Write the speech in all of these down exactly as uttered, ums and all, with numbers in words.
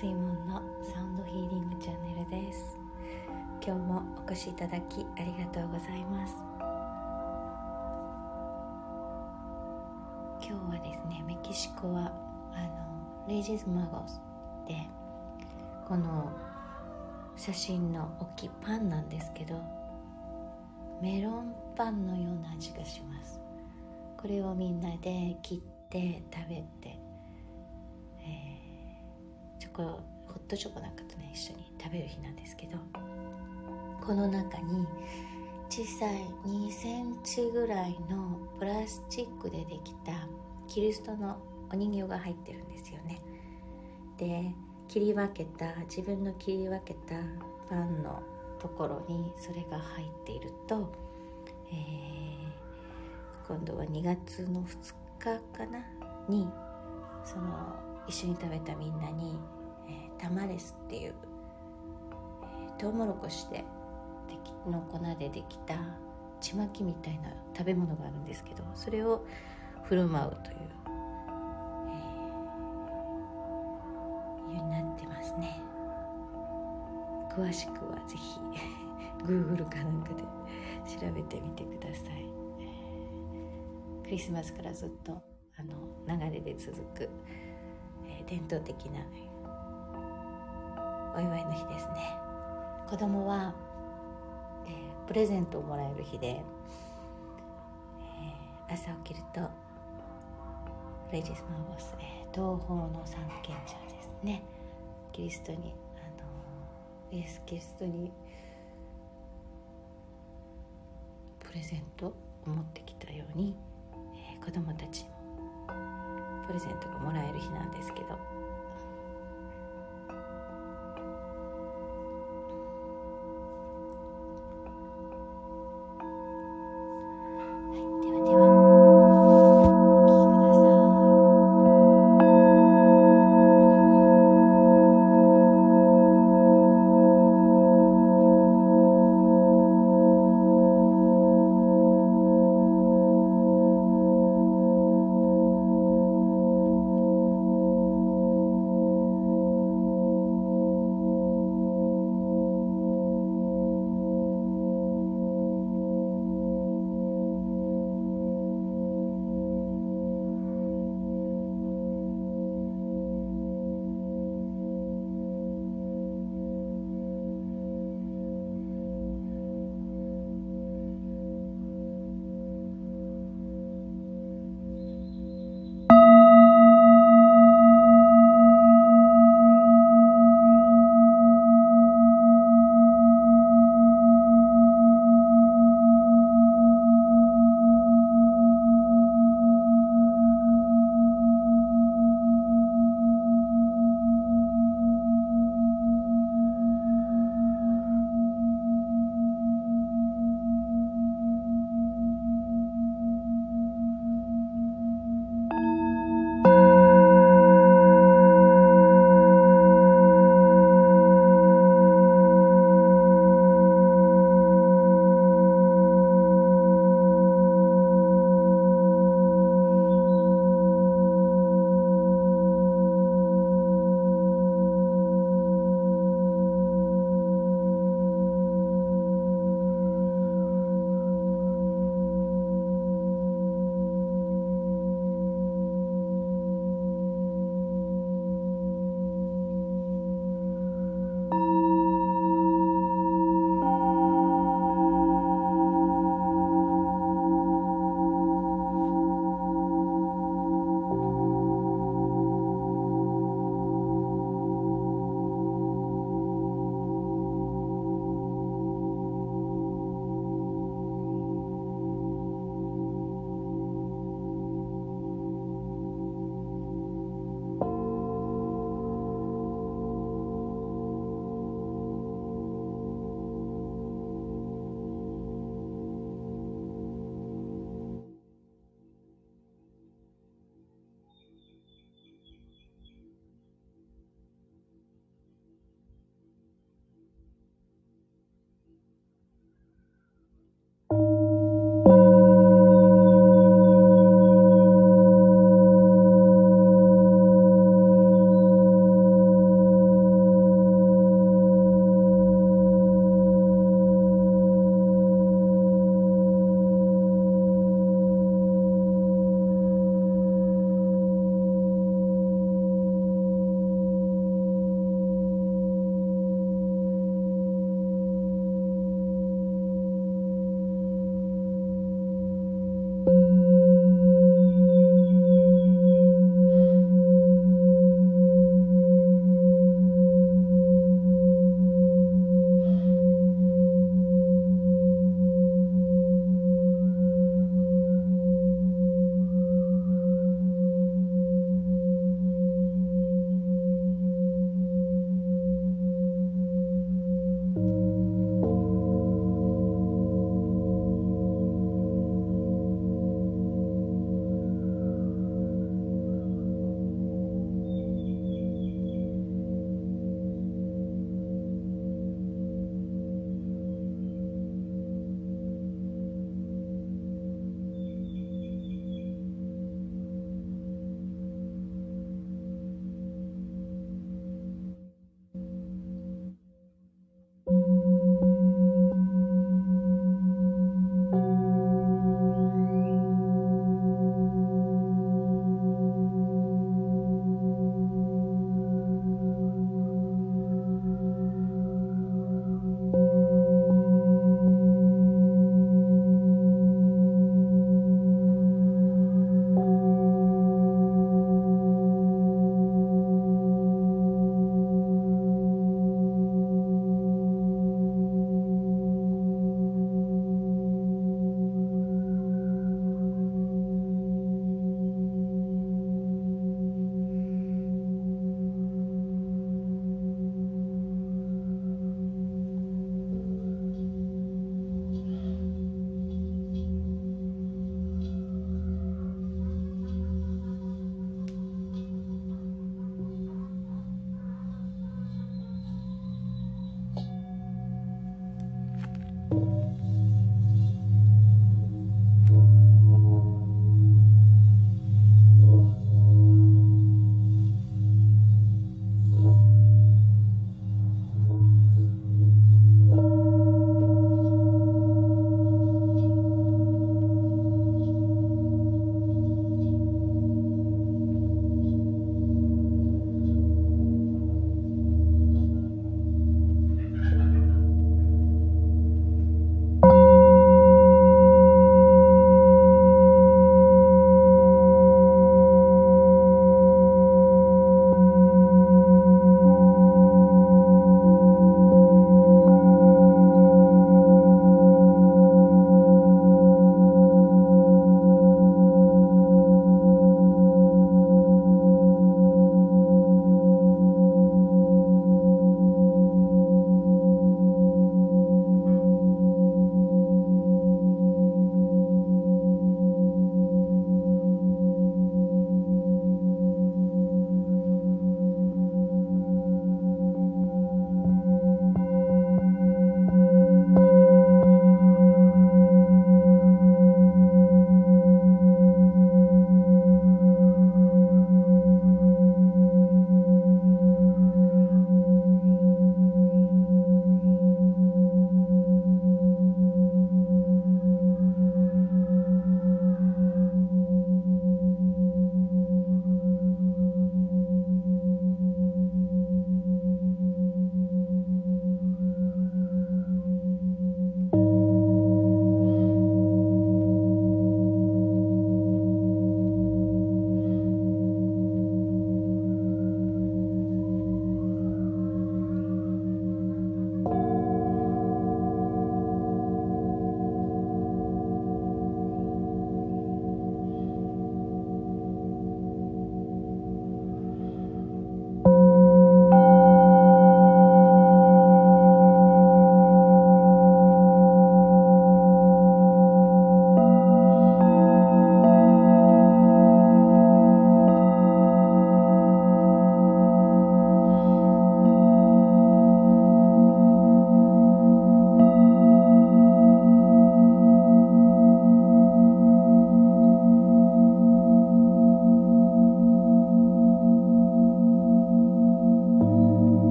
水門のサウンドヒーリングチャンネルです。今日もお越しいただきありがとうございます。今日はですね、メキシコはあのレイジズマゴスで、この写真の大きいパンなんですけど、メロンパンのような味がします。これをみんなで切って食べて、えー、チョコホットチョコなんかとね一緒に食べる日なんですけど、この中に小さいにセンチぐらいのプラスチックでできたキリストのお人形が入ってるんですよね。で、切り分けた自分の切り分けたパンのところにそれが入っていると、えー、今度はにがつのふつかかなにその一緒に食べたみんなに、えー、タマレスっていう、えー、トウモロコシでできの粉でできたちまきみたいな食べ物があるんですけど、それを振る舞うという、えー、いうになってますね。詳しくはぜひGoogle かなんかで調べてみてください。クリスマスからずっとあの流れで続く、えー、伝統的なお祝いの日ですね。子供は、えー、プレゼントをもらえる日で、えー、朝起きるとレイジスマーゴス、えー、東方の三賢者ですね。キリストにあのイエス・キリストにプレゼントを持ってきたように、えー、子供たちにもプレゼントがもらえる日なんですけど、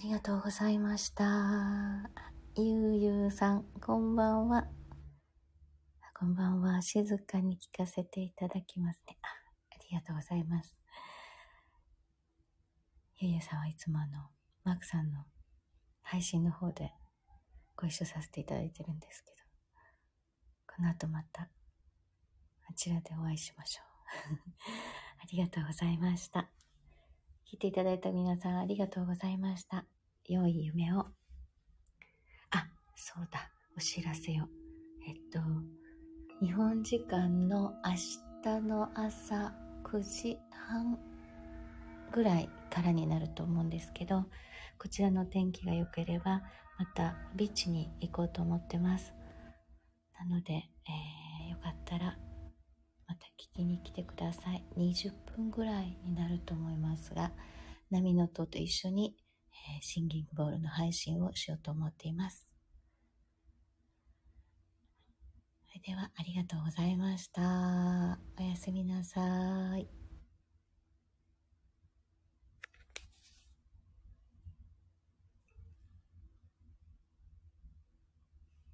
りがとうございました。ゆうゆうさん、こんばんは。こんばんは。静かに聞かせていただきますね。あ、ありがとうございます。ゆうゆうさんはいつもあの、マークさんの配信の方でご一緒させていただいてるんですけど、この後またあちらでお会いしましょう。ありがとうございました。聞いていただいた皆さんありがとうございました。良い夢を。あ、そうだ、お知らせを。えっと、日本時間の明日の朝くじはんぐらいからになると思うんですけど、こちらの天気が良ければまたビーチに行こうと思ってます。なので、えー、よかったらまた聞きに来てください。にじゅっぷんぐらいになると思いますが、波の音と一緒に、えー、シンギングボールの配信をしようと思っています。それではありがとうございました。おやすみなさい。